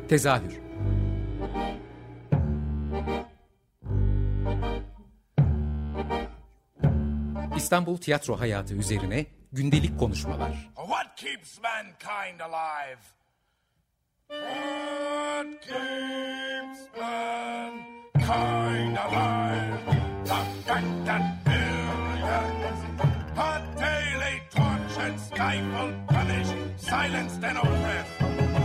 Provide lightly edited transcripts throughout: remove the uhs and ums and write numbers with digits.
Tezahür. İstanbul tiyatro hayatı üzerine gündelik konuşmalar. What keeps mankind alive? What keeps mankind alive? The fact that billions are daily tortured, stifled, punished, silenced and oppressed.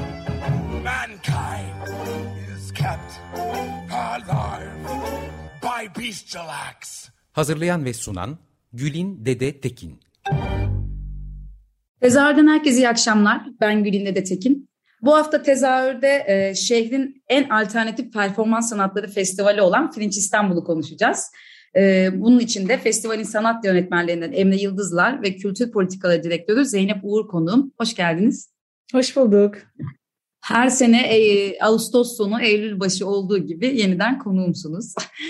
Mankind is kept alive by bestial acts. Hazırlayan ve sunan Gülin Dede Tekin. Tezahürden herkese iyi akşamlar. Ben Gülin Dede Tekin. Bu hafta tezahürde şehrin en alternatif performans sanatları festivali olan Fringe İstanbul'u konuşacağız. Bunun için de festivalin sanat yönetmenlerinden Emre Yıldızlar ve Kültür Politikaları Direktörü Zeynep Uğur konuğum. Hoş geldiniz. Hoş bulduk. Her sene Ağustos sonu, Eylül başı olduğu gibi yeniden konuğumsunuz.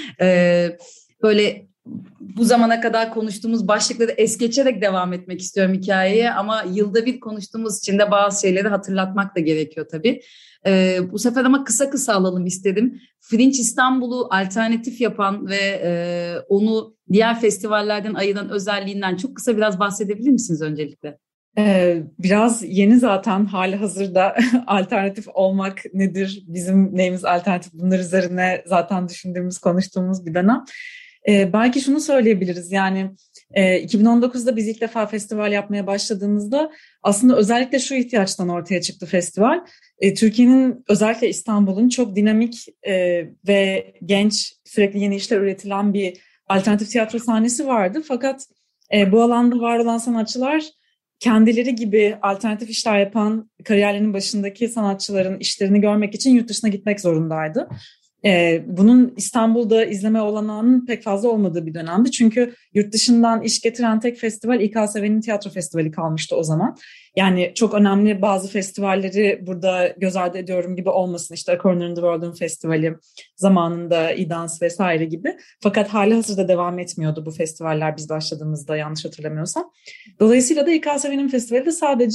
Böyle bu zamana kadar konuştuğumuz başlıkları es geçerek devam etmek istiyorum hikayeye ama yılda bir konuştuğumuz için de bazı şeyleri hatırlatmak da gerekiyor tabii. Bu sefer ama kısa kısa alalım istedim. Fringe İstanbul'u alternatif yapan ve onu diğer festivallerden ayıran özelliğinden çok kısa biraz bahsedebilir misiniz öncelikle? Biraz yeni zaten hali hazırda alternatif olmak nedir, bizim neyimiz alternatif, bunlar üzerine zaten düşündüğümüz, konuştuğumuz bir dönem. Belki şunu söyleyebiliriz, yani 2019'da biz ilk defa festival yapmaya başladığımızda aslında özellikle şu ihtiyaçtan ortaya çıktı festival. Türkiye'nin, özellikle İstanbul'un çok dinamik ve genç, sürekli yeni işler üretilen bir alternatif tiyatro sahnesi vardı. Fakat bu alanda var olan sanatçılar kendileri gibi alternatif işler yapan kariyerlerinin başındaki sanatçıların işlerini görmek için yurt dışına gitmek zorundaydı. Bunun İstanbul'da izleme olanağının pek fazla olmadığı bir dönemdi. Çünkü yurt dışından iş getiren tek festival İKSV'nin tiyatro festivali kalmıştı o zaman. Yani çok önemli bazı festivalleri burada göz ardı ediyorum gibi olmasın. İşte A Corner in the World'un festivali, zamanında İdans vesaire gibi. Fakat hali hazırda devam etmiyordu bu festivaller biz başladığımızda, yanlış hatırlamıyorsam. Dolayısıyla da İKSV'nin festivali de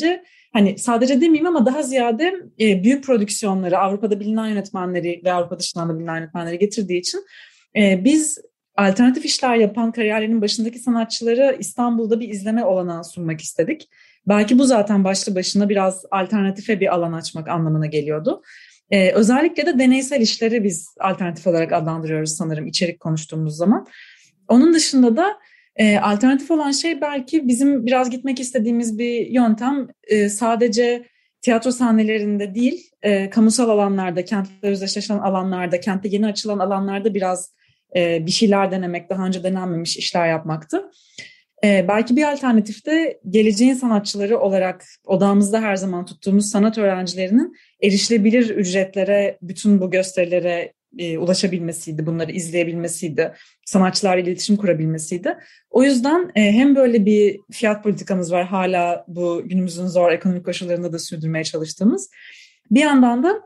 sadece demeyeyim ama daha ziyade büyük prodüksiyonları, Avrupa'da bilinen yönetmenleri ve Avrupa dışından da bilinen yönetmenleri getirdiği için biz alternatif işler yapan kariyerlerinin başındaki sanatçıları İstanbul'da bir izleme olanağı sunmak istedik. Belki bu zaten başlı başına biraz alternatife bir alan açmak anlamına geliyordu. Özellikle de deneysel işleri biz alternatif olarak adlandırıyoruz sanırım içerik konuştuğumuz zaman. Onun dışında da alternatif olan şey belki bizim biraz gitmek istediğimiz bir yöntem. Sadece tiyatro sahnelerinde değil, kamusal alanlarda, kentle özdeşleşen alanlarda, kentte yeni açılan alanlarda biraz bir şeyler denemek, daha önce denenmemiş işler yapmaktı. Belki bir alternatif de geleceğin sanatçıları olarak odamızda her zaman tuttuğumuz sanat öğrencilerinin erişilebilir ücretlere bütün bu gösterilere ulaşabilmesiydi, bunları izleyebilmesiydi, sanatçılarla iletişim kurabilmesiydi. O yüzden hem böyle bir fiyat politikamız var, hala bu günümüzün zor ekonomik koşullarında da sürdürmeye çalıştığımız. Bir yandan da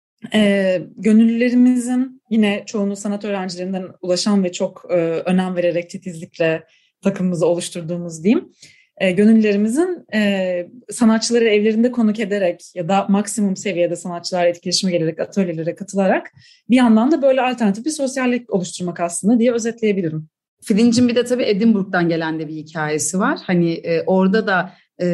gönüllülerimizin, yine çoğunu sanat öğrencilerinden ulaşan ve çok önem vererek titizlikle takımımızı oluşturduğumuz diyeyim. Gönüllülerimizin sanatçıları evlerinde konuk ederek ya da maksimum seviyede sanatçılarla etkileşime gelerek, atölyelere katılarak bir yandan da böyle alternatif bir sosyallik oluşturmak aslında diye özetleyebilirim. Fringe'in bir de tabii Edinburgh'dan gelen de bir hikayesi var. Hani orada da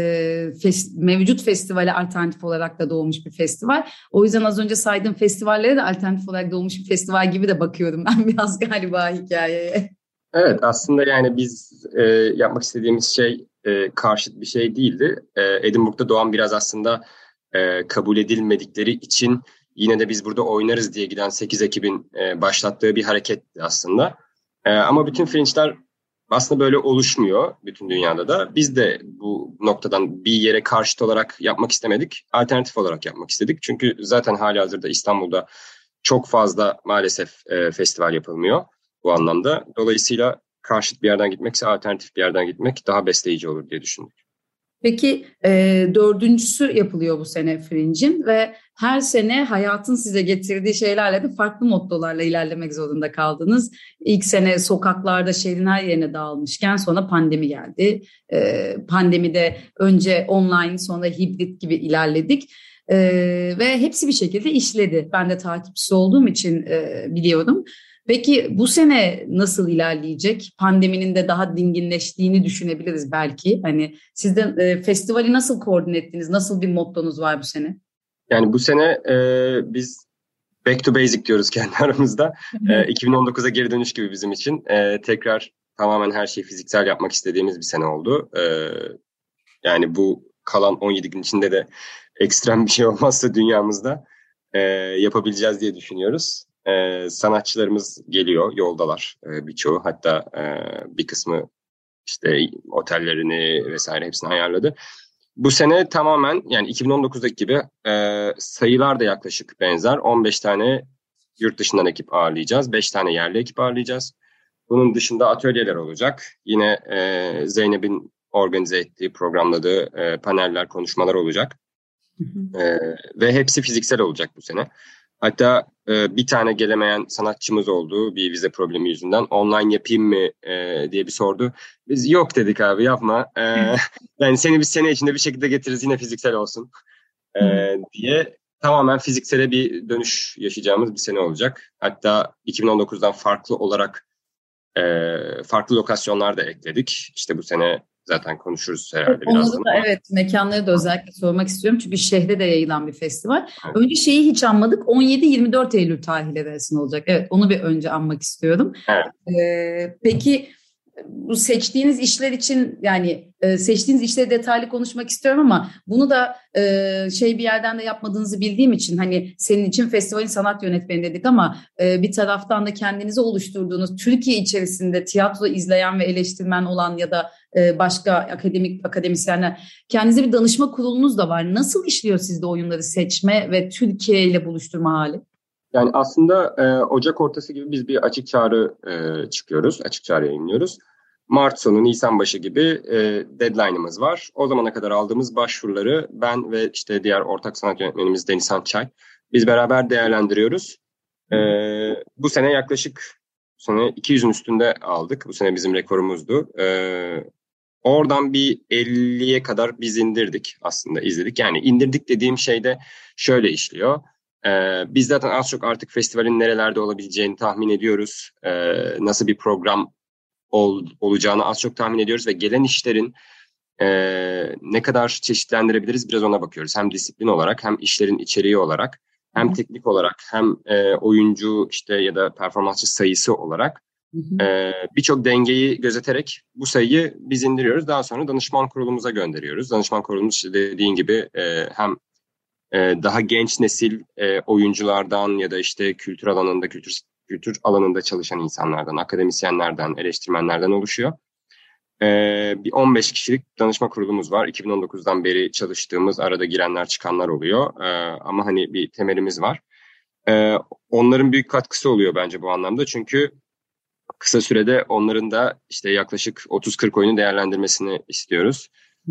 mevcut festivale alternatif olarak da doğmuş bir festival. O yüzden az önce saydığım festivallere de alternatif olarak doğmuş bir festival gibi de bakıyorum ben biraz galiba hikayeye. Evet, aslında yani biz yapmak istediğimiz şey karşıt bir şey değildi. Edinburgh'da doğan, biraz aslında kabul edilmedikleri için yine de biz burada oynarız diye giden 8 ekibin başlattığı bir hareketti aslında. Ama bütün Fringe'ler aslında böyle oluşmuyor bütün dünyada da. Biz de bu noktadan bir yere karşıt olarak yapmak istemedik. Alternatif olarak yapmak istedik. Çünkü zaten halihazırda İstanbul'da çok fazla maalesef festival yapılmıyor bu anlamda. Dolayısıyla karşıt bir yerden gitmekse alternatif bir yerden gitmek daha besleyici olur diye düşündük. Peki dördüncüsü yapılıyor bu sene Fringe'in ve her sene hayatın size getirdiği şeylerle de farklı mottolarla ilerlemek zorunda kaldınız. İlk sene sokaklarda şehrin her yerine dağılmışken sonra pandemi geldi. Pandemide önce online sonra hibrit gibi ilerledik. Ve hepsi bir şekilde işledi. Ben de takipçisi olduğum için biliyorum. Peki bu sene nasıl ilerleyecek? Pandeminin de daha dinginleştiğini düşünebiliriz belki. Hani siz de festivali nasıl koordine ettiniz? Nasıl bir mottonuz var bu sene? Yani bu sene biz back to basic diyoruz kendi aramızda. 2019'a geri dönüş gibi bizim için. Tekrar tamamen her şeyi fiziksel yapmak istediğimiz bir sene oldu. Yani bu kalan 17 gün içinde de ekstrem bir şey olmazsa dünyamızda yapabileceğiz diye düşünüyoruz. Sanatçılarımız geliyor, yoldalar birçoğu. Hatta bir kısmı işte otellerini vesaire hepsini ayarladı. Bu sene tamamen yani 2019'daki gibi sayılar da yaklaşık benzer. 15 tane yurt dışından ekip ağırlayacağız. 5 tane yerli ekip ağırlayacağız. Bunun dışında atölyeler olacak. Yine Zeynep'in organize ettiği, programladığı paneller, konuşmalar olacak. Ve hepsi fiziksel olacak bu sene. Hatta bir tane gelemeyen sanatçımız oldu bir vize problemi yüzünden. Online yapayım mı diye bir sordu. Biz yok dedik abi yapma. Yani seni bir sene içinde bir şekilde getiririz yine fiziksel olsun diye. Tamamen fiziksele bir dönüş yaşayacağımız bir sene olacak. Hatta 2019'dan farklı olarak farklı lokasyonlar da ekledik. İşte bu sene zaten konuşuruz herhalde birazdan. Onları da evet, mekanları da özellikle sormak istiyorum. Çünkü şehre de yayılan bir festival. Evet. Önce şeyi hiç anmadık. 17-24 Eylül tarihleri arasında olacak. Evet, onu bir önce anmak istiyorum. Evet. Peki bu seçtiğiniz işler için yani seçtiğiniz işleri detaylı konuşmak istiyorum ama bunu da bir yerden de yapmadığınızı bildiğim için hani senin için festivalin sanat yönetmeni dedik ama bir taraftan da kendinizi oluşturduğunuz Türkiye içerisinde tiyatro izleyen ve eleştirmen olan ya da başka akademisyenler kendinize bir danışma kurulunuz da var. Nasıl işliyor sizde oyunları seçme ve Türkiye ile buluşturma hali? Yani aslında Ocak ortası gibi biz bir açık çağrı çıkıyoruz, açık çağrı yayınlıyoruz. Mart sonu, Nisan başı gibi deadline'ımız var. O zamana kadar aldığımız başvuruları ben ve işte diğer ortak sanat yönetmenimiz Denizhan Çay, biz beraber değerlendiriyoruz. Bu sene yaklaşık 200'ün üstünde aldık. Bu sene bizim rekorumuzdu. Oradan bir 50'ye kadar biz indirdik aslında, izledik. Yani indirdik dediğim şey de şöyle işliyor. Biz zaten az çok artık festivalin nerelerde olabileceğini tahmin ediyoruz. Nasıl bir program olacağını az çok tahmin ediyoruz ve gelen işlerin ne kadar çeşitlendirebiliriz biraz ona bakıyoruz. Hem disiplin olarak hem işlerin içeriği olarak hem teknik olarak hem oyuncu işte ya da performansçı sayısı olarak birçok dengeyi gözeterek bu sayıyı biz indiriyoruz. Daha sonra danışman kurulumuza gönderiyoruz. Danışman kurulumuz işte dediğin gibi hem daha genç nesil oyunculardan ya da işte kültür alanında çalışan insanlardan, akademisyenlerden, eleştirmenlerden oluşuyor. Bir 15 kişilik danışma kurulumuz var. 2019'dan beri çalıştığımız, arada girenler çıkanlar oluyor. Ama hani bir temelimiz var. Onların büyük katkısı oluyor bence bu anlamda. Çünkü kısa sürede onların da işte yaklaşık 30-40 oyunu değerlendirmesini istiyoruz.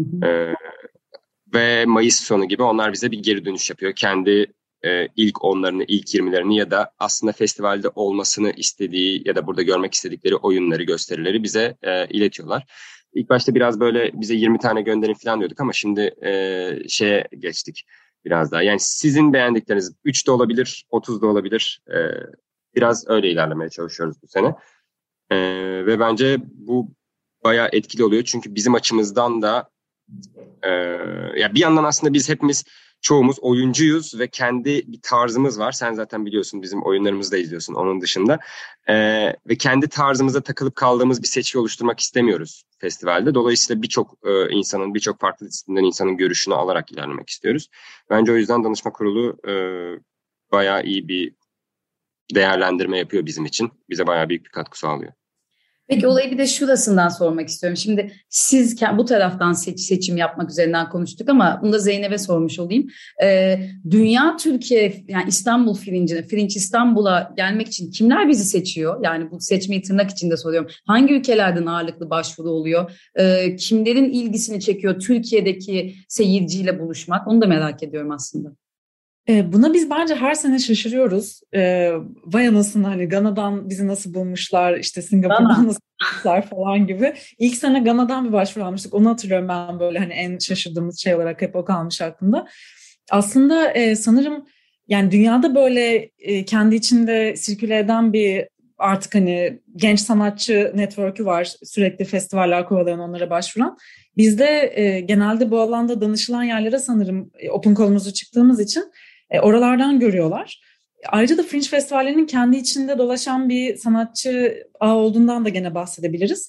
Ve Mayıs sonu gibi onlar bize bir geri dönüş yapıyor. Kendi ilk 10'larını, ilk 20'lerini ya da aslında festivalde olmasını istediği ya da burada görmek istedikleri oyunları, gösterileri bize iletiyorlar. İlk başta biraz böyle bize 20 tane gönderin falan diyorduk ama şimdi şeye geçtik biraz daha. Yani sizin beğendikleriniz 3 de olabilir, 30 da olabilir. Biraz öyle ilerlemeye çalışıyoruz bu sene. Ve bence bu bayağı etkili oluyor. Çünkü bizim açımızdan da ya bir yandan aslında biz hepimiz çoğumuz oyuncuyuz ve kendi bir tarzımız var. Sen zaten biliyorsun bizim oyunlarımızı da izliyorsun onun dışında. Ve kendi tarzımıza takılıp kaldığımız bir seçki oluşturmak istemiyoruz festivalde. Dolayısıyla birçok insanın, birçok farklı disiplinden insanın görüşünü alarak ilerlemek istiyoruz. Bence o yüzden danışma kurulu bayağı iyi bir değerlendirme yapıyor bizim için. Bize bayağı büyük bir katkı sağlıyor. Peki olayı bir de şurasından sormak istiyorum. Şimdi siz bu taraftan seçim yapmak üzerinden konuştuk ama bunu da Zeynep'e sormuş olayım. Dünya Türkiye yani İstanbul Fringe İstanbul'a gelmek için kimler bizi seçiyor? Yani bu seçmeyi tırnak içinde soruyorum. Hangi ülkelerden ağırlıklı başvuru oluyor? Kimlerin ilgisini çekiyor Türkiye'deki seyirciyle buluşmak? Onu da merak ediyorum aslında. Buna biz bence her sene şaşırıyoruz. Vay anasını hani Gana'dan bizi nasıl bulmuşlar, işte Singapur'dan nasıl bulmuşlar falan gibi. İlk sene Gana'dan bir başvuru almıştık. Onu hatırlıyorum ben böyle hani en şaşırdığımız şey olarak hep o kalmış aklımda. Aslında sanırım yani dünyada böyle kendi içinde sirküle eden bir artık hani genç sanatçı network'ü var. Sürekli festivaller kovalayan, onlara başvuran. Bizde genelde bu alanda danışılan yerlere sanırım open call'umuzu çıktığımız için oralardan görüyorlar. Ayrıca da Fringe Festivallerinin kendi içinde dolaşan bir sanatçı ağı olduğundan da gene bahsedebiliriz.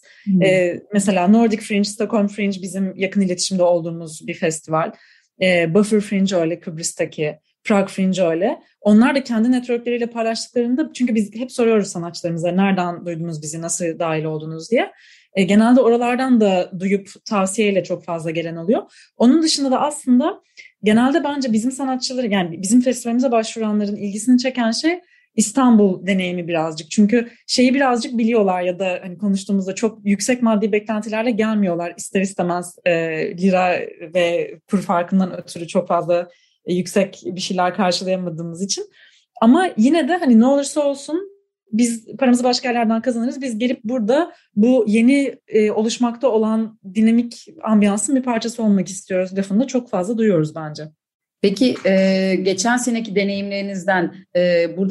Mesela Nordic Fringe, Stockholm Fringe bizim yakın iletişimde olduğumuz bir festival. Buffer Fringe öyle, Kıbrıs'taki. Prague Fringe öyle. Onlar da kendi networkleriyle paylaştıklarında, çünkü biz hep soruyoruz sanatçılarımıza nereden duydunuz bizi, nasıl dahil oldunuz diye. Genelde oralardan da duyup tavsiyeyle çok fazla gelen oluyor. Onun dışında da aslında genelde bence bizim sanatçıları, yani bizim festivalimize başvuranların ilgisini çeken şey İstanbul deneyimi birazcık. Çünkü şeyi birazcık biliyorlar ya da hani konuştuğumuzda çok yüksek maddi beklentilerle gelmiyorlar. İster istemez lira ve kur farkından ötürü çok fazla yüksek bir şeyler karşılayamadığımız için. Ama yine de hani ne olursa olsun biz paramızı başka yerlerden kazanırız. Biz gelip burada bu yeni oluşmakta olan dinamik ambiyansın bir parçası olmak istiyoruz lafını da çok fazla duyuyoruz bence. Peki geçen seneki deneyimlerinizden burada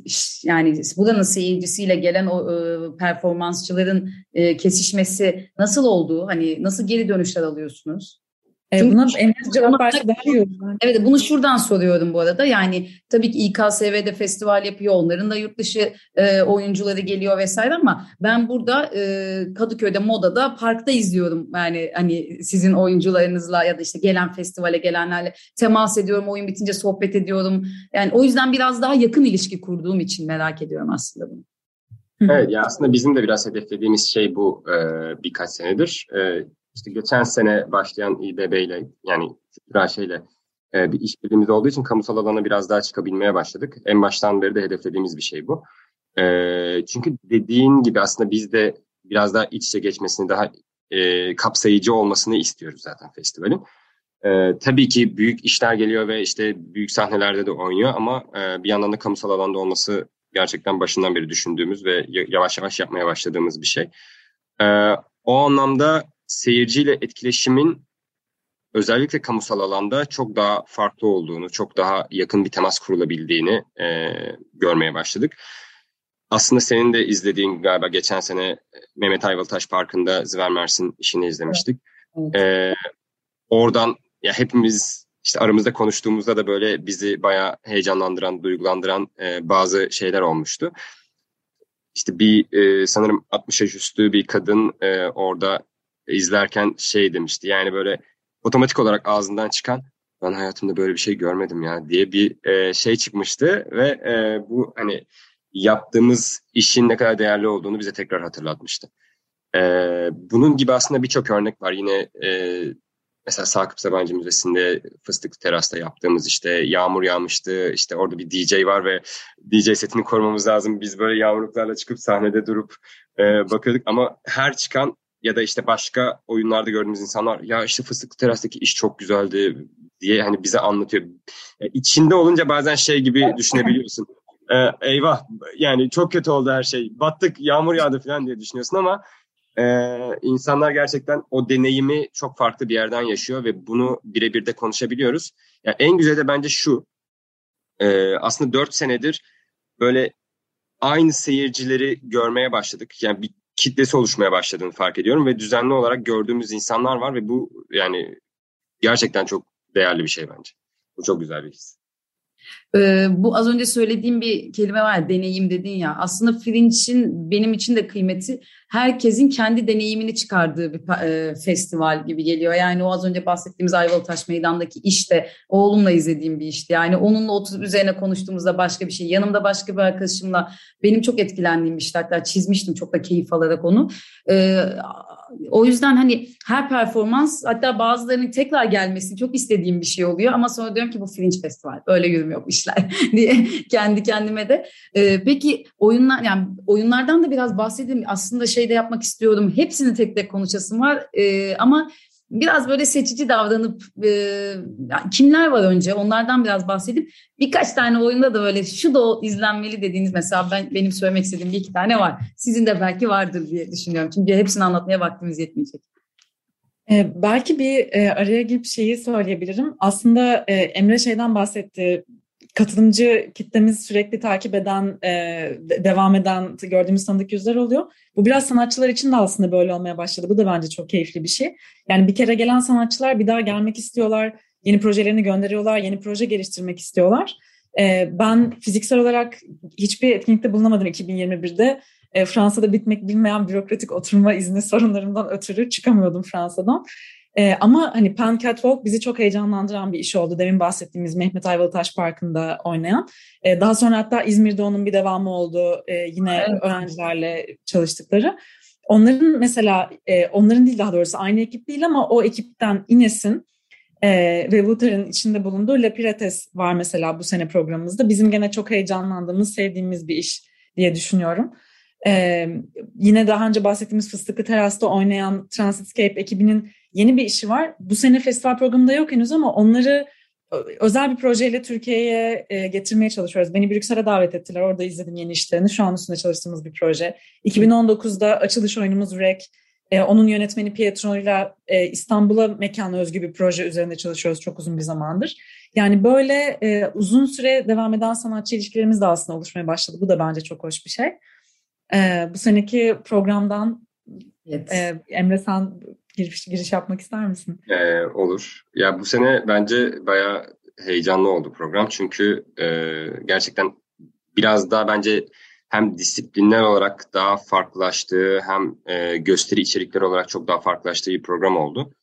yani buranın seyircisiyle gelen o performansçıların kesişmesi nasıl oldu? Hani nasıl geri dönüşler alıyorsunuz? Buna Enes cevap verse daha iyi olur. Evet, bunu şuradan soruyorum bu arada. Yani tabii ki İKSV'de festival yapıyor. Onların da yurt dışı oyuncuları geliyor vesaire ama ben burada Kadıköy'de Moda'da parkta izliyorum. Yani hani sizin oyuncularınızla ya da işte gelen festivale gelenlerle temas ediyorum. Oyun bitince sohbet ediyorum. Yani o yüzden biraz daha yakın ilişki kurduğum için merak ediyorum aslında bunu. Evet, ya aslında bizim de biraz hedeflediğimiz şey bu birkaç senedir. İşte geçen sene başlayan İBB ile, yani Raşe'yle bir işbirliğimiz olduğu için kamusal alana biraz daha çıkabilmeye başladık. En baştan beri de hedeflediğimiz bir şey bu. Çünkü dediğin gibi aslında biz de biraz daha iç içe geçmesini, daha kapsayıcı olmasını istiyoruz zaten festivalin. Tabii ki büyük işler geliyor ve işte büyük sahnelerde de oynuyor ama bir yandan da kamusal alanda olması gerçekten başından beri düşündüğümüz ve yavaş yavaş yapmaya başladığımız bir şey. O anlamda seyirciyle etkileşimin özellikle kamusal alanda çok daha farklı olduğunu, çok daha yakın bir temas kurulabildiğini görmeye başladık. Aslında senin de izlediğin galiba geçen sene Mehmet Ayvalıtaş Parkı'nda Zvermers'in işini izlemiştik. Evet. Oradan ya hepimiz işte aramızda konuştuğumuzda da böyle bizi bayağı heyecanlandıran, duygulandıran bazı şeyler olmuştu. İşte bir sanırım 60 yaş üstü bir kadın orada izlerken şey demişti, yani böyle otomatik olarak ağzından çıkan ben hayatımda böyle bir şey görmedim ya diye bir şey çıkmıştı ve bu hani yaptığımız işin ne kadar değerli olduğunu bize tekrar hatırlatmıştı. Bunun gibi aslında birçok örnek var. Yine mesela Sakıp Sabancı Müzesi'nde Fıstıklı Teras'ta yaptığımız işte yağmur yağmıştı. İşte orada bir DJ var ve DJ setini korumamız lazım. Biz böyle yağmurluklarla çıkıp sahnede durup bakıyorduk ama her çıkan ya da işte başka oyunlarda gördüğümüz insanlar ya işte Fıstıklı Teras'taki iş çok güzeldi diye hani bize anlatıyor. İçinde olunca bazen şey gibi düşünebiliyorsun. Eyvah yani çok kötü oldu her şey. Battık, yağmur yağdı falan diye düşünüyorsun ama insanlar gerçekten o deneyimi çok farklı bir yerden yaşıyor ve bunu birebir de konuşabiliyoruz. Yani en güzeli de bence şu. Aslında 4 senedir böyle aynı seyircileri görmeye başladık. Yani bir kitlesi oluşmaya başladığını fark ediyorum ve düzenli olarak gördüğümüz insanlar var ve bu yani gerçekten çok değerli bir şey bence. Bu çok güzel bir his. Bu az önce söylediğim bir kelime var, deneyim dedin ya. Aslında Fringe'in benim için de kıymeti herkesin kendi deneyimini çıkardığı bir festival gibi geliyor. Yani o az önce bahsettiğimiz Ayvalıtaş Meydan'daki iş de oğlumla izlediğim bir işti. Yani onunla oturup üzerine konuştuğumuzda başka bir şey. Yanımda başka bir arkadaşımla benim çok etkilendiğim bir işte, hatta çizmiştim çok da keyif alarak onu. O yüzden hani her performans, hatta bazılarının tekrar gelmesini çok istediğim bir şey oluyor ama sonra diyorum ki bu Fringe Festival, öyle yürümüyor bu işler diye kendi kendime de. Peki oyunlar, yani oyunlardan da biraz bahsedeyim. Aslında şey de yapmak istiyorum. Hepsini tek tek konuşasım var ama biraz böyle seçici davranıp yani kimler var önce onlardan biraz bahsedeyim. Birkaç tane oyunda da böyle şu da izlenmeli dediğiniz, mesela benim söylemek istediğim bir iki tane var. Sizin de belki vardır diye düşünüyorum. Çünkü hepsini anlatmaya vaktimiz yetmeyecek. Belki bir araya girip şeyi söyleyebilirim. Aslında Emre şeyden bahsetti. Katılımcı kitlemiz sürekli takip eden, devam eden gördüğümüz tanıdık yüzler oluyor. Bu biraz sanatçılar için de aslında böyle olmaya başladı. Bu da bence çok keyifli bir şey. Yani bir kere gelen sanatçılar bir daha gelmek istiyorlar. Yeni projelerini gönderiyorlar, yeni proje geliştirmek istiyorlar. Ben fiziksel olarak hiçbir etkinlikte bulunamadım 2021'de. Fransa'da bitmek bilmeyen bürokratik oturma izni sorunlarından ötürü çıkamıyordum Fransa'dan. Ama hani Pan Catwalk bizi çok heyecanlandıran bir iş oldu. Demin bahsettiğimiz Mehmet Ayvalı Taş Parkı'nda oynayan. Daha sonra hatta İzmir'de onun bir devamı oldu. Yine öğrencilerle çalıştıkları. Onların mesela, onların değil daha doğrusu aynı ekip değil ama o ekipten Ines'in ve Wouter'ın içinde bulunduğu La Pirates var mesela bu sene programımızda. Bizim gene çok heyecanlandığımız, sevdiğimiz bir iş diye düşünüyorum. Yine daha önce bahsettiğimiz Fıstıklı Teras'ta oynayan Transitscape ekibinin yeni bir işi var. Bu sene festival programında yok henüz ama onları özel bir projeyle Türkiye'ye getirmeye çalışıyoruz. Beni Brüksel'e davet ettiler. Orada izledim yeni işlerini. Şu an üstünde çalıştığımız bir proje. 2019'da açılış oyunumuz Rek. Onun yönetmeni Pietro'yla İstanbul'a mekana özgü bir proje üzerinde çalışıyoruz çok uzun bir zamandır. Yani böyle uzun süre devam eden sanatçı ilişkilerimiz de aslında oluşmaya başladı. Bu da bence çok hoş bir şey. Bu seneki programdan Emre sen giriş yapmak ister misin? Olur. Ya bu sene bence bayağı heyecanlı oldu program. Çünkü gerçekten biraz daha bence hem disiplinler olarak daha farklılaştığı hem gösteri içerikleri olarak çok daha farklılaştığı bir program oldu.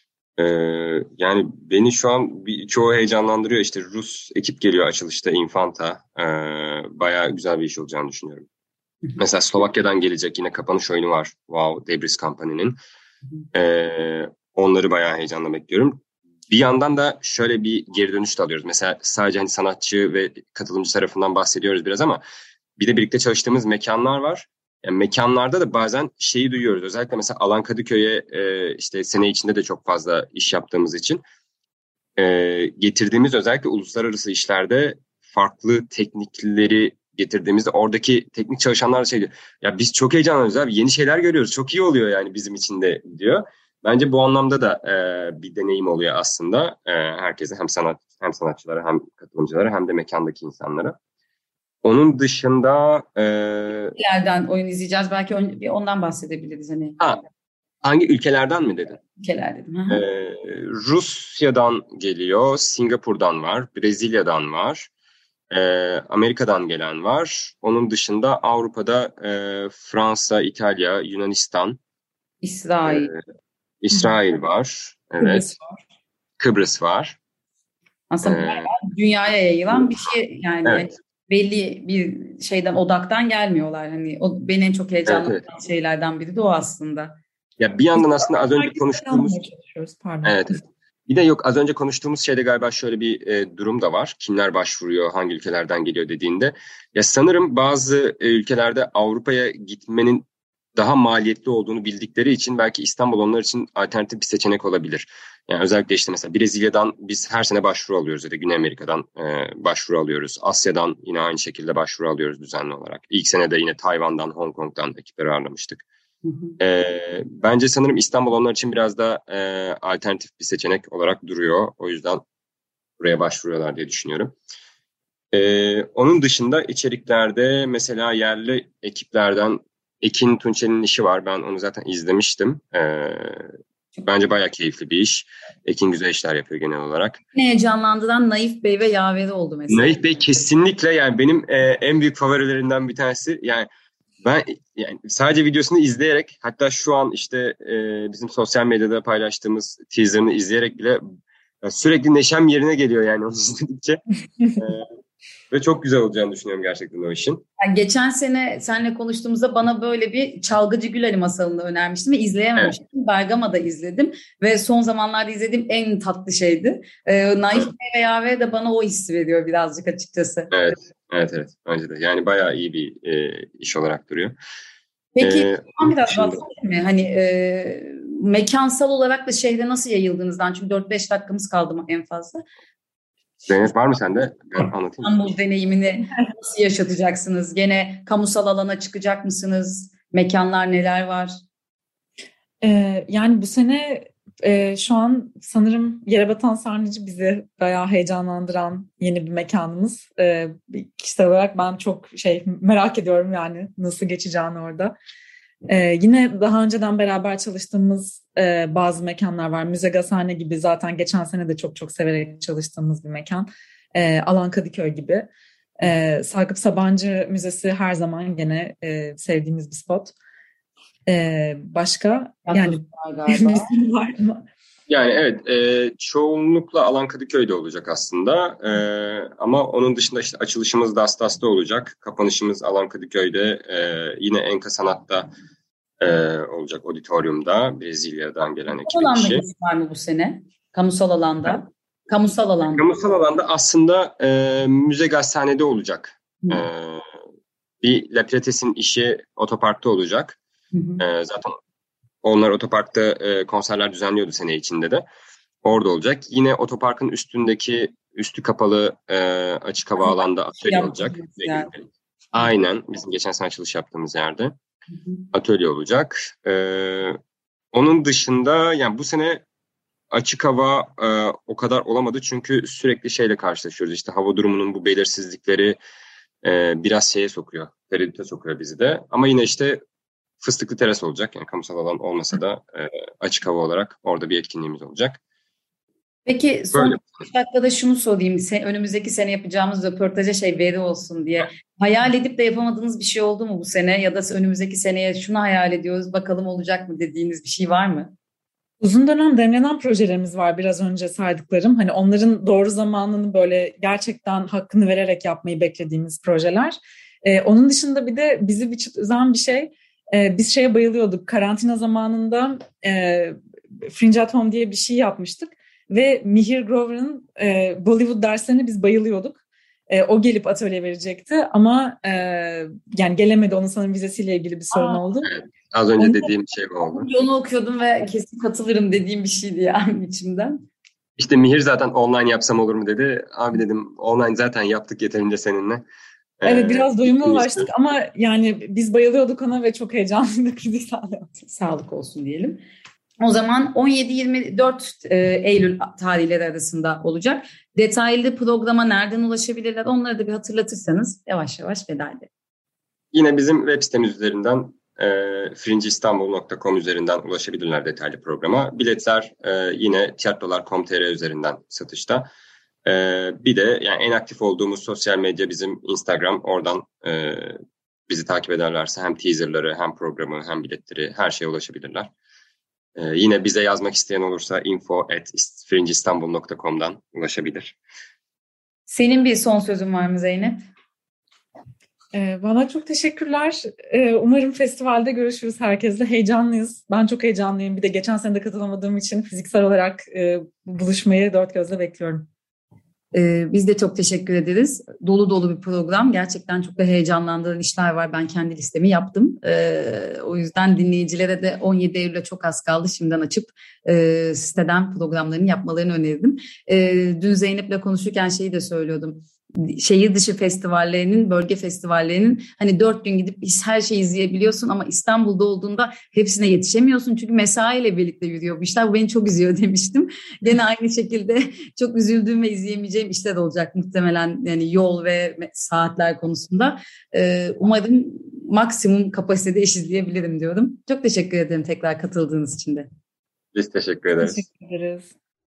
Yani beni şu an çoğu heyecanlandırıyor. İşte Rus ekip geliyor açılışta Infanta. Bayağı güzel bir iş olacağını düşünüyorum. Mesela Slovakya'dan gelecek yine kapanış oyunu var. Wow, Debris Company'nin. Onları bayağı heyecanla bekliyorum. Bir yandan da şöyle bir geri dönüş de alıyoruz. Mesela sadece hani sanatçı ve katılımcı tarafından bahsediyoruz biraz ama bir de birlikte çalıştığımız mekanlar var. Yani mekanlarda da bazen şeyi duyuyoruz. Özellikle mesela Alan Kadıköy'e işte sene içinde de çok fazla iş yaptığımız için getirdiğimiz özellikle uluslararası işlerde farklı teknikleri getirdiğimizde oradaki teknik çalışanlar da şey diyor. Ya biz çok heyecanlanıyoruz abi. Yeni şeyler görüyoruz. Çok iyi oluyor yani bizim için de diyor. Bence bu anlamda da bir deneyim oluyor aslında. Herkese hem sanatçılara hem katılımcılara hem de mekandaki insanlara. Onun dışında ülkelerden oyun izleyeceğiz. Belki ondan bahsedebiliriz. Hani. Hangi ülkelerden mi dedin? Ülkeler dedim. Rusya'dan geliyor, Singapur'dan var, Brezilya'dan var, Amerika'dan gelen var. Onun dışında Avrupa'da Fransa, İtalya, Yunanistan, İsrail var. Evet. Kıbrıs var. Aslında dünyaya yayılan bir şey yani. Evet. Belli bir şeyden, odaktan gelmiyorlar. Hani o beni en çok heyecanlandıran şeylerden biri de o aslında. Ya bir yandan aslında az önce konuştuğumuz Evet. Bir de yok az önce konuştuğumuz şeyde galiba şöyle bir durum da var. Kimler başvuruyor, hangi ülkelerden geliyor dediğinde. Ya sanırım bazı ülkelerde Avrupa'ya gitmenin daha maliyetli olduğunu bildikleri için belki İstanbul onlar için alternatif bir seçenek olabilir. Yani özellikle işte mesela Brezilya'dan biz her sene başvuru alıyoruz ya da Güney Amerika'dan başvuru alıyoruz. Asya'dan yine aynı şekilde başvuru alıyoruz düzenli olarak. İlk sene de yine Tayvan'dan, Hong Kong'dan ekipleri ağırlamıştık. Bence sanırım İstanbul onlar için biraz da alternatif bir seçenek olarak duruyor. O yüzden buraya başvuruyorlar diye düşünüyorum. Onun dışında içeriklerde mesela yerli ekiplerden Ekin Tunçel'in işi var. Ben onu zaten izlemiştim. Bence bayağı keyifli bir iş. Ekin güzel işler yapıyor genel olarak. Heyecanlandıran Naif Bey ve Yaveri oldu mesela. Naif Bey kesinlikle yani benim en büyük favorilerimden bir tanesi. Yani ben yani sadece videosunu izleyerek hatta şu an işte bizim sosyal medyada paylaştığımız teaserını izleyerek bile sürekli neşem yerine geliyor yani onu izledikçe. Ve çok güzel olacağını düşünüyorum gerçekten o işin. Yani geçen sene seninle konuştuğumuzda bana böyle bir Çalgıcı Gül Ali masalını önermiştin ve izleyememiştim. Evet. Bergama'da izledim ve son zamanlarda izlediğim en tatlı şeydi. Naif Bey ve Yave de bana o hissi veriyor birazcık açıkçası. Evet. Bence de. Yani bayağı iyi bir iş olarak duruyor. Peki biraz bahsedelim mi? Hani mekansal olarak da şehre nasıl yayıldığınızdan? Çünkü 4-5 dakikamız kaldı en fazla. Zeynep var mı sende? Ben anlatayım. İstanbul deneyimini nasıl yaşatacaksınız? Gene kamusal alana çıkacak mısınız? Mekanlar neler var? Yani bu sene şu an sanırım Yerebatan Sarnıcı bizi bayağı heyecanlandıran yeni bir mekanımız. Kişisel olarak ben çok merak ediyorum yani nasıl geçeceğini orada. Yine daha önceden beraber çalıştığımız bazı mekanlar var. Müze Gazhane gibi zaten geçen sene de çok çok severek çalıştığımız bir mekan. Alan Kadıköy gibi. Sakıp Sabancı Müzesi her zaman gene sevdiğimiz bir spot. Başka yani var mı? Yani evet, çoğunlukla Alan Kadıköy'de olacak aslında. Ama onun dışında işte açılışımız da Astas'ta olacak. Kapanışımız Alan Kadıköy'de, yine Enka Sanat'ta olacak, auditoriumda, Brezilya'dan gelen ekibin işi. Alanda var mı bu sene? Kamusal alanda? Kamusal alanda. Kamusal alanda aslında Müze Gazhane'de olacak. Bir La Pilates'in işi otoparkta olacak. Zaten onlar otoparkta konserler düzenliyordu sene içinde de. Orada olacak. Yine otoparkın üstü kapalı açık hava alanda atölye olacak. Aynen. Bizim geçen sene açılış yaptığımız yerde. Atölye olacak. Onun dışında yani bu sene açık hava o kadar olamadı. Çünkü sürekli şeyle karşılaşıyoruz. İşte hava durumunun bu belirsizlikleri biraz şeye sokuyor. Tereddüte sokuyor bizi de. Ama yine işte Fıstıklı Teras olacak. Yani kamusal alan olmasa da açık hava olarak orada bir etkinliğimiz olacak. Peki son dakikada şunu sorayım. Önümüzdeki sene yapacağımız röportaja veri olsun diye. Hayal edip de yapamadığınız bir şey oldu mu bu sene? Ya da önümüzdeki seneye şunu hayal ediyoruz, bakalım olacak mı dediğiniz bir şey var mı? Uzun dönem demlenen projelerimiz var biraz önce saydıklarım. Hani onların doğru zamanını böyle gerçekten hakkını vererek yapmayı beklediğimiz projeler. Onun dışında bir de bizi üzen bir şey. Biz bayılıyorduk. Karantina zamanında Fringe at Home diye bir şey yapmıştık. Ve Mihir Grover'ın Bollywood derslerine biz bayılıyorduk. O gelip atölye verecekti ama yani gelemedi. Onun sanırım vizesiyle ilgili bir sorun oldu. Evet, az önce dediğim şey oldu. Onu okuyordum ve kesin katılırım dediğim bir şeydi yani içimden. İşte Mihir zaten online yapsam olur mu dedi. Abi dedim online zaten yaptık yeterince seninle. Evet biraz doyuma ulaştık ama yani biz bayılıyorduk ona ve çok heyecanlıydık. Sağlık olsun diyelim. O zaman 17-24 Eylül tarihleri arasında olacak. Detaylı programa nereden ulaşabilirler? Onları da bir hatırlatırsanız yavaş yavaş veda edelim. Yine bizim web sitemiz üzerinden fringeistanbul.com üzerinden ulaşabilirler detaylı programa. Biletler yine tiyatrolar.com.tr üzerinden satışta. Bir de yani en aktif olduğumuz sosyal medya bizim Instagram. Oradan bizi takip ederlerse hem teaserları hem programı hem biletleri her şeye ulaşabilirler. Yine bize yazmak isteyen olursa info@fringeistanbul.com'dan ulaşabilir. Senin bir son sözün var mı Zeynep? Bana çok teşekkürler. Umarım festivalde görüşürüz herkesle. Heyecanlıyız. Ben çok heyecanlıyım. Bir de geçen sene de katılamadığım için fiziksel olarak buluşmayı dört gözle bekliyorum. Biz de çok teşekkür ederiz. Dolu dolu bir program. Gerçekten çok da heyecanlandıran işler var. Ben kendi listemi yaptım. O yüzden dinleyicilere de 17 Eylül'e çok az kaldı. Şimdiden açıp siteden programlarını yapmalarını önerdim. Dün Zeynep'le konuşurken şeyi de söylüyordum. Şehir dışı festivallerinin, bölge festivallerinin hani 4 gün gidip her şeyi izleyebiliyorsun ama İstanbul'da olduğunda hepsine yetişemiyorsun. Çünkü mesaiyle birlikte yürüyor bu işler. Bu beni çok üzüyor demiştim. Gene aynı şekilde çok üzüldüğüm ve izleyemeyeceğim işler olacak muhtemelen yani yol ve saatler konusunda. Umarım maksimum kapasitede iş izleyebilirim diyorum. Çok teşekkür ederim tekrar katıldığınız için de. Biz teşekkür ederiz. Teşekkür ederiz.